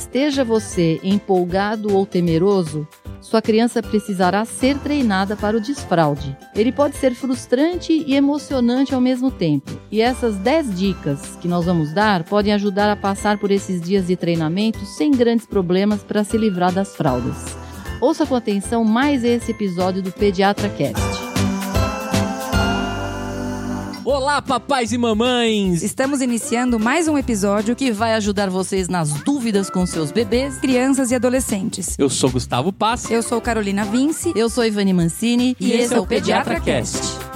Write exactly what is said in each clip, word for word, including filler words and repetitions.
Esteja você empolgado ou temeroso, sua criança precisará ser treinada para o desfraude. Ele pode ser frustrante e emocionante ao mesmo tempo. E essas dez dicas que nós vamos dar podem ajudar a passar por esses dias de treinamento sem grandes problemas para se livrar das fraldas. Ouça com atenção mais esse episódio do Pediatra Cast. Olá, papais e mamães! Estamos iniciando mais um episódio que vai ajudar vocês nas dúvidas com seus bebês, crianças e adolescentes. Eu sou Gustavo Pass. Eu sou Carolina Vince. Eu sou Ivani Mancini. E, e esse é o Pediatra, Pediatra Cast. Cast.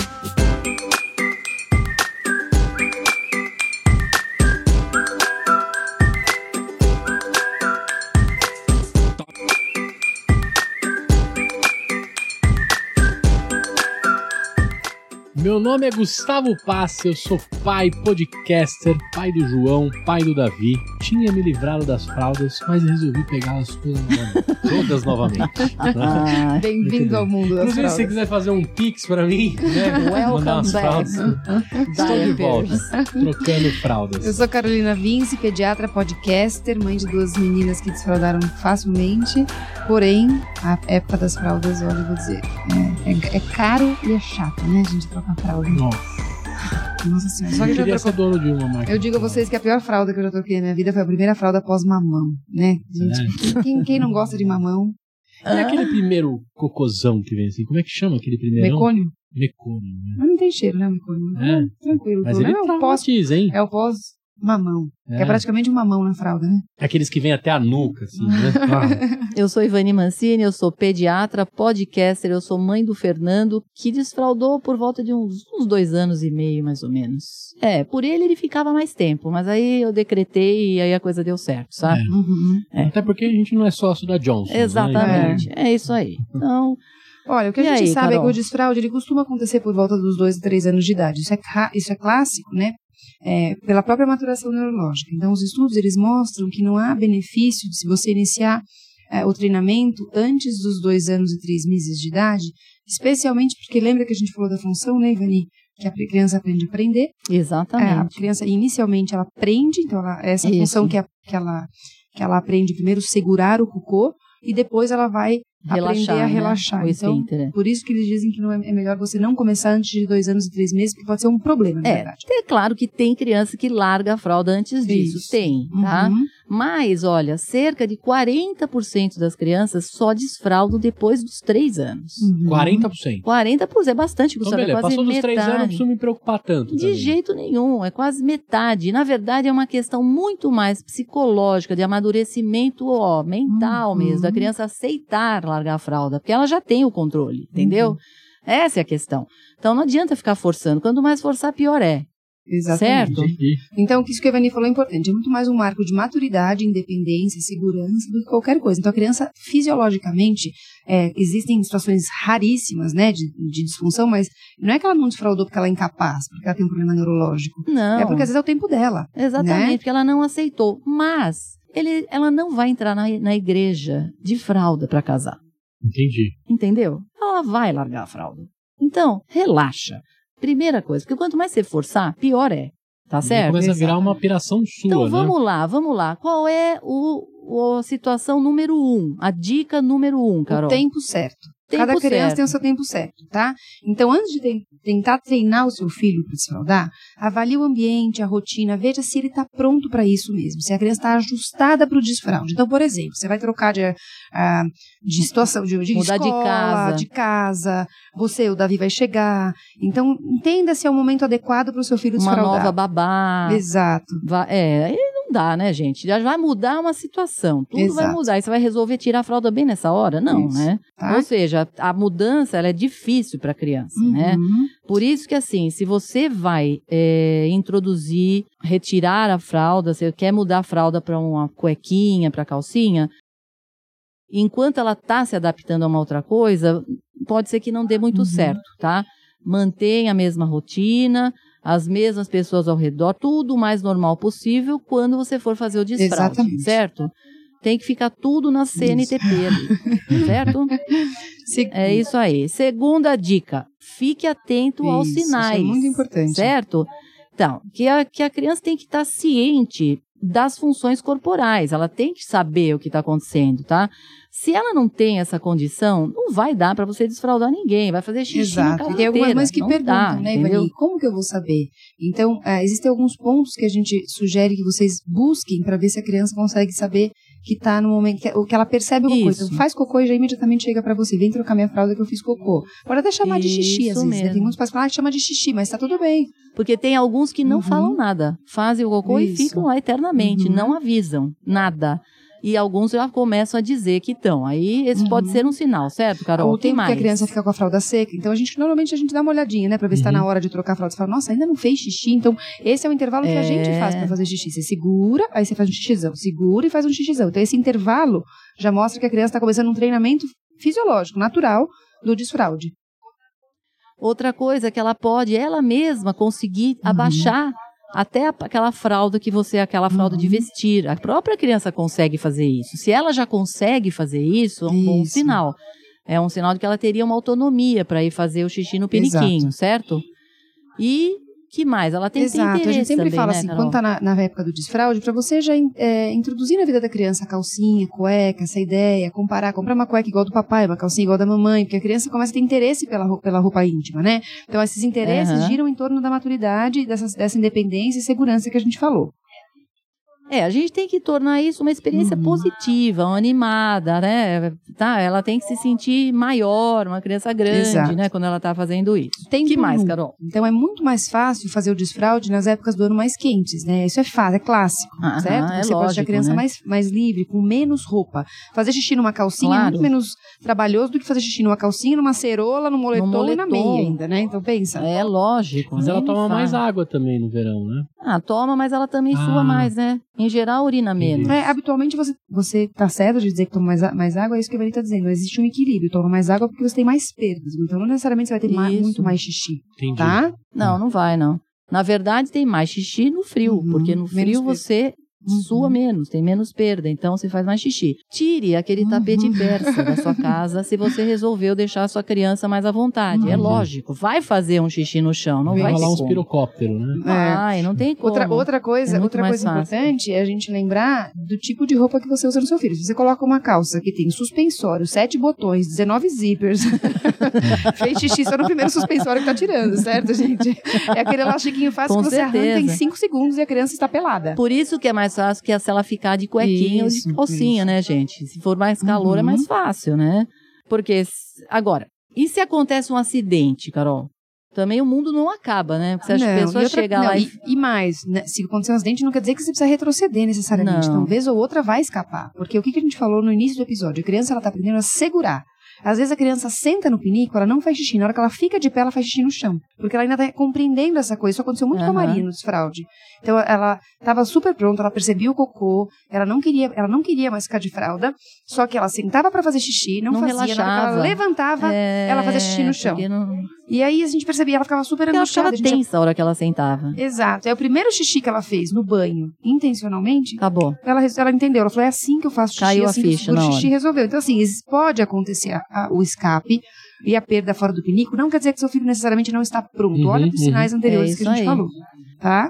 Meu nome é Gustavo Pass, eu sou pai, podcaster, pai do João, pai do Davi. Tinha me livrado das fraldas, mas resolvi pegá-las todas novamente. Todas novamente. Ah, bem-vindo ao mundo das Inclusive, fraldas. se você quiser fazer um pix pra mim, né? Mandar umas fraldas. Estou de volta, trocando fraldas. Eu sou Carolina Vince, pediatra, podcaster, mãe de duas meninas que desfraldaram facilmente. Porém, a época das fraldas, olha, eu vou dizer, é, é, é caro e é chato, né? A gente troca fralda. Nossa. Nossa senhora. Só que eu queria eu ser dono de uma marca. Eu digo a vocês que a pior fralda que eu já troquei na minha vida foi a primeira fralda pós-mamão, né? Gente, é. quem, quem não gosta de mamão? E ah. aquele primeiro cocôzão que vem assim? Como é que chama aquele primeiro? Mecônio? Mecônio, né? Mas não tem cheiro, né, mecônio? É. É tranquilo. Mas ele é o pós, hein? É o pós-mamão. É. Que é praticamente um mamão na fralda, né? Aqueles que vêm até a nuca, assim, né? Ah. Eu sou Ivani Mancini, eu sou pediatra, podcaster, eu sou mãe do Fernando, que desfraldou por volta de uns, uns dois anos e meio, mais ou menos. É, por ele ele ficava mais tempo, mas aí eu decretei e aí a coisa deu certo, sabe? É. Uhum. É. Até porque a gente não é sócio da Johnson. Exatamente, né? é isso aí. Então... Olha, o que a e gente aí, sabe Carol? é que o desfraude ele costuma acontecer por volta dos dois a três anos de idade. Isso é, isso é clássico, né? É, pela própria maturação neurológica. Então, os estudos eles mostram que não há benefício de se você iniciar é, o treinamento antes dos dois anos e três meses de idade, especialmente porque lembra que a gente falou da função, né, Ivani? Que a criança aprende a aprender. Exatamente. É, a criança, inicialmente, ela aprende, então, ela, essa Isso. função que, a, que, ela, que ela aprende primeiro segurar o cocô e depois ela vai relaxar, aprender a né? relaxar. O Então, esfíncter. por isso que eles dizem que não é, é melhor você não começar antes de dois anos e três meses, porque pode ser um problema, na É, verdade. é claro que tem criança que larga a fralda antes disso. Isso. Tem, tá? Uhum. Mas, olha, cerca de quarenta por cento das crianças só desfraldam depois dos três anos. Uhum. quarenta por cento. quarenta por cento é bastante, Então, Gustavo, é beleza, quase passou dos metade. três anos, não preciso me preocupar tanto. De também. jeito nenhum, é quase metade. Na verdade, é uma questão muito mais psicológica, de amadurecimento ó, mental Uhum. mesmo, da criança aceitar largar a fralda, porque ela já tem o controle, entendeu? Uhum. Essa é a questão. Então, não adianta ficar forçando. Quanto mais forçar, pior é. Exatamente. Certo? Então, o que isso que a Ivani falou é importante. É muito mais um marco de maturidade, independência, segurança do que qualquer coisa. Então, a criança, fisiologicamente, é, existem situações raríssimas, né, de, de disfunção, mas não é que ela não desfraudou porque ela é incapaz, porque ela tem um problema neurológico. Não. É porque, às vezes, é o tempo dela. Exatamente, né? porque ela não aceitou. Mas, ele, ela não vai entrar na, na igreja de fralda para casar. Entendi. Entendeu? Ela vai largar a fralda. Então, relaxa. Primeira coisa, porque quanto mais você forçar, pior é. Tá certo? Começa a virar uma piração sua, então, né? vamos lá, vamos lá. Qual é o, o, a situação número um? A dica número um, Carol? O tempo certo. Tempo Cada criança certo. tem o seu tempo certo, tá? Então, antes de te- tentar treinar o seu filho para desfraldar, avalie o ambiente, a rotina, veja se ele está pronto para isso mesmo, se a criança está ajustada para o desfralde. Então, por exemplo, você vai trocar de, ah, de situação, de, de Mudar de escola, casa. de casa, você, o Davi vai chegar. Então, entenda se é o momento adequado para o seu filho Uma desfraldar. nova babá. Exato. Va- É, aí não dá, né, gente? Já vai mudar uma situação. Tudo vai Exato. mudar. E você vai resolver tirar a fralda bem nessa hora? Não, Isso, né? tá? Ou seja, a mudança ela é difícil para a criança, né? Uhum. Por isso que, assim, se você vai é, introduzir, retirar a fralda, você quer mudar a fralda para uma cuequinha, para calcinha, enquanto ela está se adaptando a uma outra coisa, pode ser que não dê muito Uhum. certo, tá? Mantenha a mesma rotina, as mesmas pessoas ao redor, tudo o mais normal possível quando você for fazer o desfraude, Exatamente. certo? Tem que ficar tudo na C N T P ali, certo? Se- É isso aí. Segunda dica, fique atento aos Isso, isso é sinais. muito importante. Certo? Então, que a, que a criança tem que estar ciente das funções corporais. Ela tem que saber o que está acontecendo, tá? Se ela não tem essa condição, não vai dar para você desfraldar ninguém, vai fazer xixi Exato. na casa E tem algumas inteira. mães que Não perguntam, dá, né, entendeu? Ivani, como que eu vou saber? Então, uh, existem alguns pontos que a gente sugere que vocês busquem para ver se a criança consegue saber que está no momento, que, ou que ela percebe alguma coisa. Isso. Então, faz cocô e já imediatamente chega para você, vem trocar minha fralda que eu fiz cocô. Pode até chamar de xixi, às Isso vezes, né? mesmo. Tem muitos pais que falam, ah, chama de xixi, mas tá tudo bem. Porque tem alguns que não Uhum. falam nada, fazem o cocô Isso. e ficam lá eternamente, Uhum. não avisam nada. E alguns já começam a dizer que estão. Aí esse Uhum. pode ser um sinal, certo, Carol? O Tem tempo mais. que a criança fica com a fralda seca. Então, a gente, normalmente, a gente dá uma olhadinha, né? Pra ver se tá Uhum. na hora de trocar a fralda. Você fala, nossa, ainda não fez xixi. Então, esse é o intervalo que a É. gente faz pra fazer xixi. Você segura, aí você faz um xixizão. Segura e faz um xixizão. Então, esse intervalo já mostra que a criança tá começando um treinamento fisiológico, natural, do desfraude. Outra coisa que ela pode, ela mesma, conseguir Uhum. abaixar até a- aquela fralda que você, aquela fralda Uhum. de vestir. A própria criança consegue fazer isso. Se ela já consegue fazer isso, é um bom Isso. sinal. É um sinal de que ela teria uma autonomia para ir fazer o xixi no periquinho, certo? E que mais? Ela tem que ter Exato, interesse a gente sempre também, fala né, assim, Carol? quando tá na, na época do desfraude, pra você já é, introduzir na vida da criança a calcinha, cueca, essa ideia, comparar, comprar uma cueca igual do papai, uma calcinha igual da mamãe, porque a criança começa a ter interesse pela, ro- pela roupa íntima, né? Então esses interesses Aham. giram em torno da maturidade, dessa, dessa independência e segurança que a gente falou. É, a gente tem que tornar isso uma experiência Uhum. positiva, uma animada, né? Tá, ela tem que se sentir maior, uma criança grande, Exato. né? Quando ela tá fazendo isso. Tem que mais, turno. Carol? Então é muito mais fácil fazer o desfraude nas épocas do ano mais quentes, né? Isso é fácil, é clássico, Aham, certo? é Você pode deixar a lógico, criança né? mais, mais livre, com menos roupa. Fazer xixi numa calcinha é Claro. muito menos trabalhoso do que fazer xixi numa calcinha, numa cerola, no moletom, e na moletom. meia ainda, né? Então pensa. É lógico. Mas nem ela me toma fala. mais água também no verão, né? Ah, toma, mas ela também Ah. sua mais, né? Em geral, urina menos. É, habitualmente você, você tá certo de dizer que toma mais, a- mais água, é isso que a Ivani tá dizendo. Existe um equilíbrio. Toma mais água porque você tem mais perdas. Então não necessariamente você vai ter ma- Isso. muito mais xixi, Entendi. tá? Não, não vai, não. Na verdade, tem mais xixi no frio, Uhum, porque no menos frio perda. você Uhum. sua menos, tem menos perda, então você faz mais xixi. Tire aquele Uhum. tapete persa da sua casa se você resolveu deixar a sua criança mais à vontade. É Uhum. lógico, vai fazer um xixi no chão, não Vai vai rolar ter uns como. pirocópteros, né? Ai, não tem como. Outra, outra coisa, É muito outra mais coisa fácil. importante é a gente lembrar do tipo de roupa que você usa no seu filho. Se você coloca uma calça que tem suspensório, sete botões, dezenove zippers, fez xixi só no primeiro suspensório que tá tirando, certo, gente? É aquele elastiquinho fácil Com que você arranca em certeza. cinco segundos e a criança está pelada. Por isso que é mais fácil que se ela ficar de cuequinha Isso, ou de calcinha, isso. né, gente? Se for mais calor, Uhum. é mais fácil, né? Porque, s- agora, e se acontece um acidente, Carol? Também o mundo não acaba, né? Porque se a Não, pessoa e outra- chegar não, lá e... e, e mais, né, se acontecer um acidente, não quer dizer que você precisa retroceder necessariamente. Não. Então, vez ou outra vai escapar. Porque o que que a gente falou no início do episódio? A criança, ela tá aprendendo a segurar. Às vezes a criança senta no pinico, ela não faz xixi. Na hora que ela fica de pé, ela faz xixi no chão. Porque ela ainda tá compreendendo essa coisa. Isso aconteceu muito com a Aham. Maria no desfraude. Então ela estava super pronta, ela percebia o cocô, ela não queria, ela não queria mais ficar de fralda, só que ela sentava pra fazer xixi, não, Não fazia. Na hora que relaxava. ela levantava, É, ela fazia xixi no chão. porque não... E aí a gente percebia, ela ficava super Porque ela angustiada. ficava a gente tensa a hora que ela sentava. Exato. É o primeiro xixi que ela fez no banho, intencionalmente. Acabou. Ela, ela entendeu. Ela falou, é assim que eu faço xixi, Caiu é a assim que eu ficha seguro na o xixi hora. resolveu. Então, assim, isso pode acontecer a- a- o escape e a perda fora do pinico. Não quer dizer que seu filho necessariamente não está pronto. Uhum, Olha para os uhum. sinais anteriores É que a gente isso aí. falou. Tá?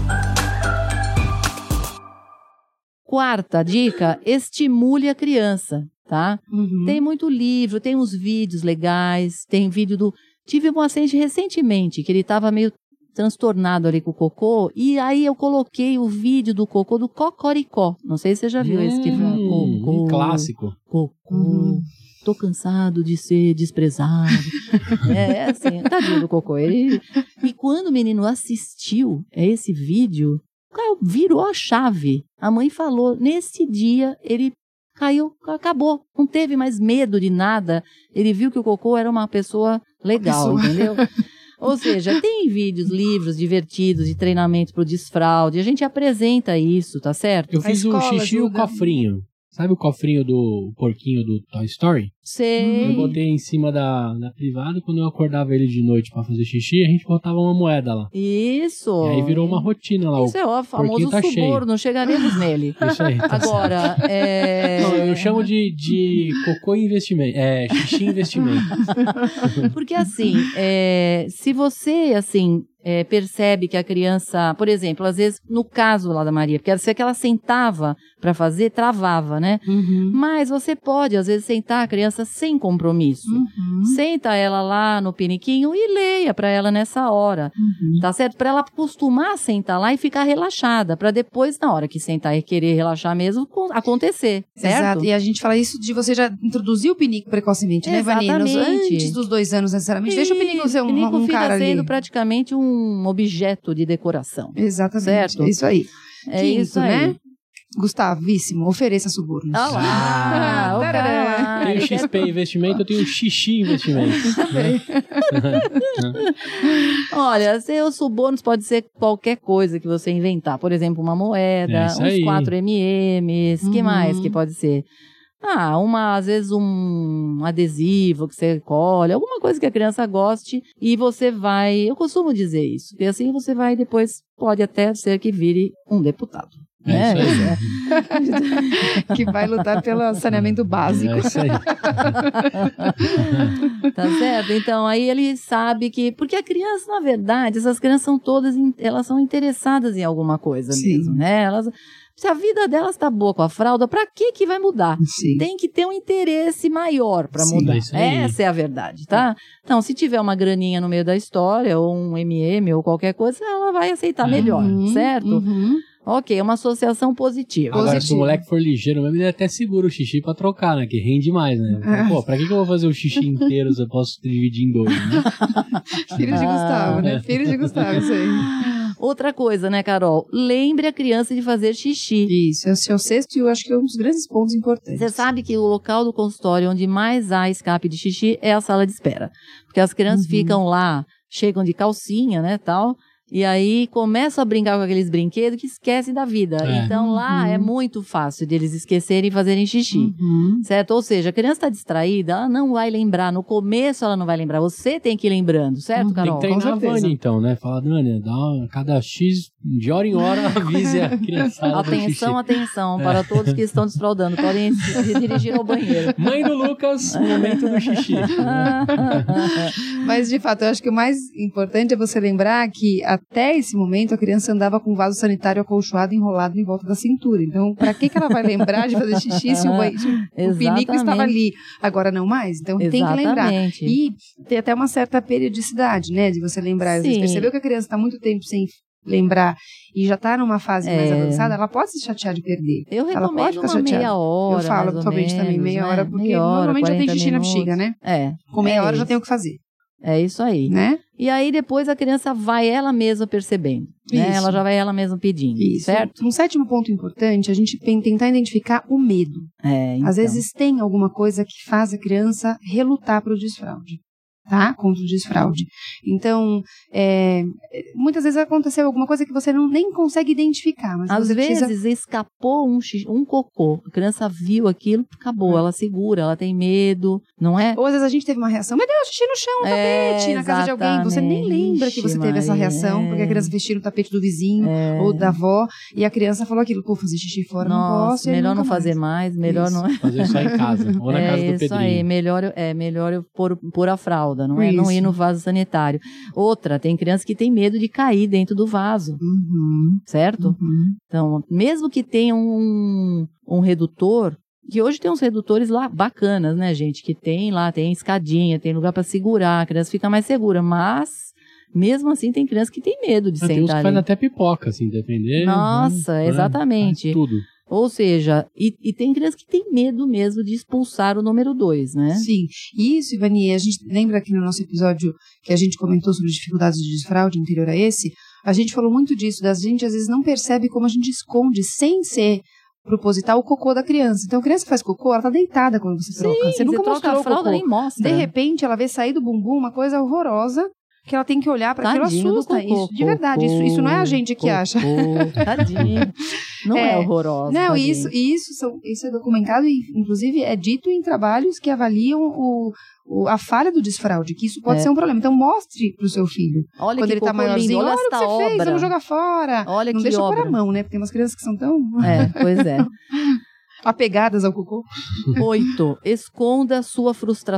Quarta dica, estimule a criança, tá? Uhum. Tem muito livro, tem uns vídeos legais, tem vídeo do... Tive um paciente recentemente que ele estava meio transtornado ali com o cocô, e aí eu coloquei o vídeo do cocô do Cocoricó. Não sei se você já viu esse que fala, Hum, cocô, um clássico. cocô, Uhum. tô cansado de ser desprezado. É assim, tadinho do cocô. Ele... E quando o menino assistiu a esse vídeo, o cara virou a chave. A mãe falou, nesse dia ele caiu, acabou. Não teve mais medo de nada. Ele viu que o cocô era uma pessoa legal, Uma pessoa. entendeu? Ou seja, tem vídeos, livros divertidos de treinamento pro desfraude. A gente apresenta isso, tá certo? Eu fiz o escola xixi e o ajuda. cofrinho. Sabe o cofrinho do porquinho do Toy Story? Sei. Eu botei em cima da, da privada, quando eu acordava ele de noite pra fazer xixi, a gente botava uma moeda lá. Isso. E aí virou uma rotina lá. Isso é o famoso porquinho tá suborno, chegaremos nele. Isso aí. Tá Agora, é... Não, eu chamo de, de cocô investimento. É, xixi investimento. Porque assim, é, se você, assim, é, percebe que a criança, por exemplo, às vezes, no caso lá da Maria, porque se ela sentava para fazer, travava, né? Uhum. Mas você pode, às vezes, sentar a criança sem compromisso. Uhum. Senta ela lá no piniquinho e leia para ela nessa hora, Uhum. tá certo? Para ela acostumar a sentar lá e ficar relaxada, para depois, na hora que sentar e querer relaxar mesmo, acontecer, certo? Exato, e a gente fala isso de você já introduzir o pinico precocemente, né, Vanina? Exatamente. Antes dos dois anos, necessariamente. Deixa o pinico ser um, O pinico um fica cara sendo ali. praticamente um objeto de decoração. Exatamente, Certo? é isso aí. É Quinto, isso aí. né? Gustavíssimo, ofereça subornos. Olha lá, Ah, o cara, Tem o ele X P quer- investimento, eu tenho o Xixi investimento. Né? Olha, seus subornos pode ser qualquer coisa que você inventar. Por exemplo, uma moeda, É isso uns aí. quatro M Ms, que Uhum. mais que pode ser? Ah, uma, às vezes um adesivo que você colhe, alguma coisa que a criança goste e você vai, eu costumo dizer isso, e assim você vai depois, pode até ser que vire um deputado. É né? isso aí. Que vai lutar pelo saneamento básico. É isso aí. Tá certo? Então, aí ele sabe que... Porque a criança, na verdade, essas crianças são todas... in- Elas são interessadas em alguma coisa Sim. mesmo, né? Elas, se a vida delas tá boa com a fralda, pra que que vai mudar? Sim. Tem que ter um interesse maior pra Sim, mudar. é isso aí. Essa é a verdade, tá? Então, se tiver uma graninha no meio da história, ou um M M, ou qualquer coisa, ela vai aceitar melhor, Uhum, certo? uhum. Ok, uma associação positiva. Agora, se Positivo. o moleque for ligeiro mesmo, ele até segura o xixi pra trocar, né? Que rende mais, né? É. Pô, pra que, que eu vou fazer o xixi inteiro se eu posso dividir em dois, né? Filho de Ah. Gustavo, né? Filho de Gustavo, isso aí. Outra coisa, né, Carol? Lembre a criança de fazer xixi. Isso, esse é o sexto e eu acho que é um dos grandes pontos importantes. Você sabe que o local do consultório onde mais há escape de xixi é a sala de espera. Porque as crianças Uhum. ficam lá, chegam de calcinha, né, tal, e aí começam a brincar com aqueles brinquedos que esquecem da vida. É. Então lá Uhum. é muito fácil deles esquecerem e fazerem xixi. Uhum. Certo? Ou seja, a criança está distraída, ela não vai lembrar. No começo ela não vai lembrar. Você tem que ir lembrando, certo, Uhum. Carol? Tem que treinar a certeza. Vânia, então, né? Fala, Dani, dá uma, cada X, de hora em hora, avise a criançada do xixi. Atenção, atenção, para todos que estão desfraudando. Podem se dirigir ao banheiro. Mãe do Lucas, momento do xixi. Mas, de fato, eu acho que o mais importante é você lembrar que até esse momento a criança andava com um vaso sanitário acolchoado enrolado em volta da cintura. Então, pra que, que ela vai lembrar de fazer xixi se o, banho, se o pinico estava ali? Agora não mais. Então, tem que lembrar. Exatamente. E tem até uma certa periodicidade, né? De você lembrar. Às vezes Sim. percebeu que a criança está muito tempo sem lembrar e já está numa fase mais É. avançada, ela pode se chatear de perder. Eu Ela pode recomendo ficar uma chateada. meia hora, Eu falo mais ou atualmente também menos, meia né? hora, porque Meia hora, normalmente já tem quarenta xixi na minutos. bexiga, né? É. Com meia é hora já isso. tem o que fazer, É isso aí. né? E aí depois a criança vai ela mesma percebendo. Né? Isso. Ela já vai ela mesma pedindo. Isso. Certo? Um sétimo ponto importante, a gente tem- tentar identificar o medo. É, então. Às vezes tem alguma coisa que faz a criança relutar para o desfraude, tá? Contra o desfraude. Então, é, muitas vezes aconteceu alguma coisa que você não, nem consegue identificar, mas Às você vezes precisa... escapou um, xixi, um cocô. A criança viu aquilo, acabou. É. Ela segura, ela tem medo, não é? Ou às vezes a gente teve uma reação, meu Deus, xixi no chão, no É, tapete, na casa de alguém. Você nem exatamente. lembra que você teve essa Maria, reação, porque a criança vestiu no tapete do vizinho É. ou da avó, e a criança falou aquilo, pô, fazer xixi fora não Nossa, posso. e aí melhor nunca não fazer mais. mais, melhor Isso. não... Fazer só em casa, ou na é casa do isso Pedrinho. aí, melhor, eu- é melhor eu pôr, pôr a fralda, não é? Não Isso. ir no vaso sanitário. Outra, tem criança que tem medo de cair dentro do vaso, Uhum, certo? uhum. Então, mesmo que tenha um, um redutor, que hoje tem uns redutores lá bacanas, né, gente? Que tem lá, tem escadinha, tem lugar para segurar, a criança fica mais segura, mas mesmo assim tem criança que tem medo de Ah, tem uns que sentar faz ali. até pipoca, assim, depender. Nossa, né? exatamente. Faz tudo. Ou seja, e, e tem criança que tem medo mesmo de expulsar o número dois, né? Sim, isso, Ivani, a gente lembra aqui no nosso episódio que a gente comentou sobre dificuldades de desfraude anterior a esse, a gente falou muito disso, da gente às vezes não percebe como a gente esconde, sem ser proposital, o cocô da criança. Então a criança que faz cocô, ela tá deitada quando você troca. Você nunca troca mostrou a o fralda, cocô. nem mostra. De repente, ela vê sair do bumbum uma coisa horrorosa, que ela tem que olhar para aquilo, Tadinho do assusta. cocô, Isso, de verdade, isso, isso não é a gente que cocô, acha. Tadinho. Não é, É. horrorosa. Não, tadinho. isso, isso, são, isso é documentado e, inclusive, é dito em trabalhos que avaliam o, o- a falha do desfraude, que isso pode É. ser um problema. Então, mostre pro seu filho. Olha Quando que ele tá cocô lindo, maiorzinho, olha olha o que esta você fez, obra. vamos jogar fora. Olha Não que deixa obra. pôr a mão, né? Porque tem umas crianças que são tão É, pois é. apegadas ao cocô. Oito, esconda a sua frustração.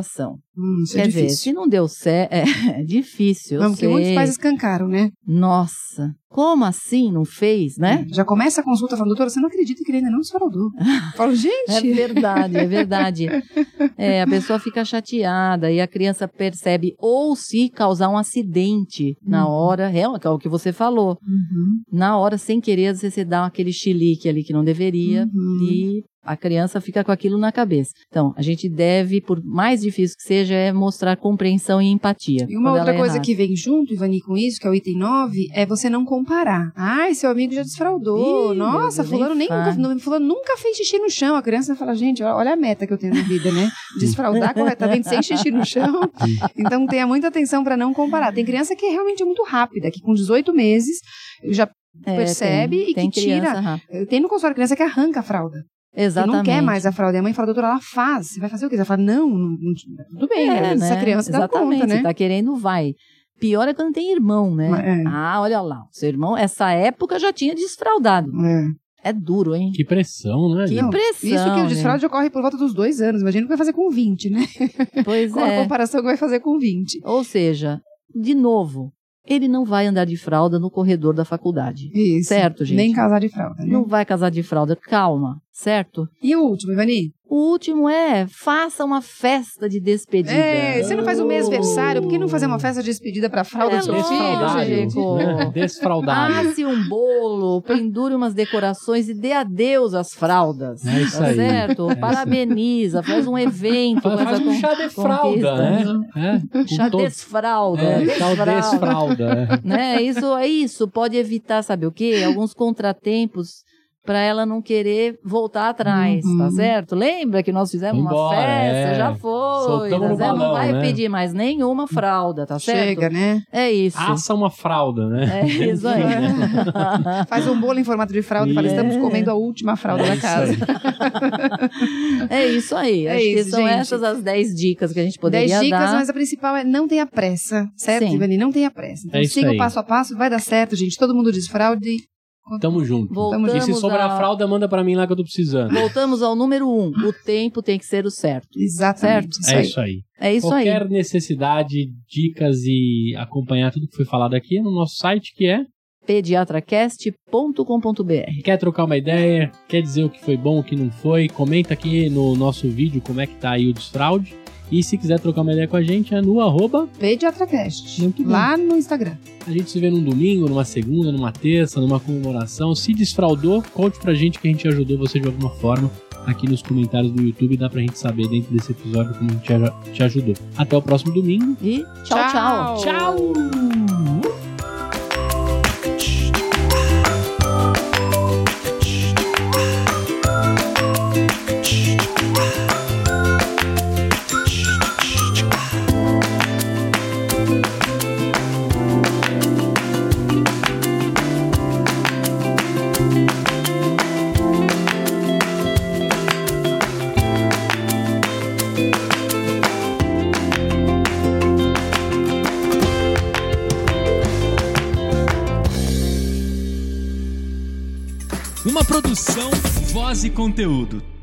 Hum, isso Quer é dizer, difícil. se não deu certo, é, é difícil, eu Não, porque sei. muitos pais escancaram, né? Nossa, como assim não fez, né? Já começa a consulta falando, doutora, você não acredita que ele ainda não desfraudou. Eu falo, gente... É verdade, é verdade. É, a pessoa fica chateada e a criança percebe, ou se causar um acidente na Uhum. hora, é o que você falou, Uhum, na hora, sem querer, às vezes você dá aquele chilique ali que não deveria uhum. e a criança fica com aquilo na cabeça. Então, a gente deve, por mais difícil que seja, é mostrar compreensão e empatia. E uma quando outra ela coisa errar. que vem junto, Ivani, com isso, que é o item nove, é você não comparar. Ai, seu amigo já desfraudou. Ih, Nossa, meu Deus, fulano, nem nem nunca, fala. não, fulano nunca fez xixi no chão. A criança fala, gente, olha a meta que eu tenho na vida, né? Desfraudar corretamente sem xixi no chão. Então, tenha muita atenção para não comparar. Tem criança que é realmente muito rápida, que com dezoito meses já É, percebe tem, e tem que criança tira... rápida. Tem no consultório criança que arranca a fralda. Exatamente. Que não quer mais a fralda. E a mãe fala, doutora, ela faz. Você vai fazer o quê? Você fala, não, não, não tudo bem. É, essa né? criança dá Exatamente, conta, né? você tá querendo, vai. Pior é quando tem irmão, né? É. Ah, olha lá, seu irmão, essa época já tinha desfraudado. É. É duro, hein? Que pressão, né? Que gente? pressão, Isso que o né? desfraude ocorre por volta dos dois anos. Imagina o que vai fazer com vinte, né? Pois Com a é. comparação que vai fazer com vinte. Ou seja, de novo, ele não vai andar de fralda no corredor da faculdade. Isso. Certo, gente? Nem casar de fralda, né? Não vai casar de fralda, calma, certo? E o último, Ivani? O último é, faça uma festa de despedida. É, você não faz o mêsversário, por que não fazer uma festa de despedida pra fralda É do seu filho, Desfraudável. gente? Chico. Desfraudável. Asse um bolo, pendure umas decorações e dê adeus às fraldas. É isso tá aí. certo? É Parabeniza, faz um evento. Faz, com faz essa um con- chá de fralda, né? É, com Chá todo- desfralda. É, chá desfralda. desfralda. É. Né? Isso é isso, pode evitar, sabe o quê? Alguns contratempos para ela não querer voltar atrás, Uhum. tá certo? Lembra que nós fizemos Embora, uma festa, é. já foi, Soltamos tá no certo? Não balão, vai né? pedir mais nenhuma fralda, tá certo? Chega, né? É isso. Assa uma fralda, né? É isso aí. Faz um bolo em formato de fralda e fala, É. estamos comendo a última fralda É da isso casa. É isso aí. É Acho isso, que são gente. essas as dez dicas que a gente poderia Dez dicas, dar. mas a principal é não tenha pressa, certo, Sim. Ivani? Não tenha pressa. Então É isso siga aí. o passo a passo, vai dar certo, gente. Todo mundo desfraude. Tamo junto. Voltamos E se sobrar a- fralda, manda pra mim lá que eu tô precisando. Voltamos ao número um. O tempo tem que ser o certo. Exatamente. Certo? Isso É aí. isso aí. É isso aí. Qualquer necessidade, dicas e acompanhar tudo que foi falado aqui é no nosso site, que é pediatracast ponto com ponto b r. quer trocar uma ideia, quer dizer o que foi bom, o que não foi, comenta aqui no nosso vídeo como é que tá aí o desfraude. E se quiser trocar uma ideia com a gente, é no arroba. Pediatracast. Muito bem. Lá no Instagram. A gente se vê num domingo, numa segunda, numa terça, numa comemoração. Se desfraudou, conte pra gente que a gente ajudou você de alguma forma. Aqui nos comentários do YouTube dá pra gente saber dentro desse episódio como a gente aja- te ajudou. Até o próximo domingo. E tchau, tchau. Tchau. Tchau! Uma produção, voz e conteúdo.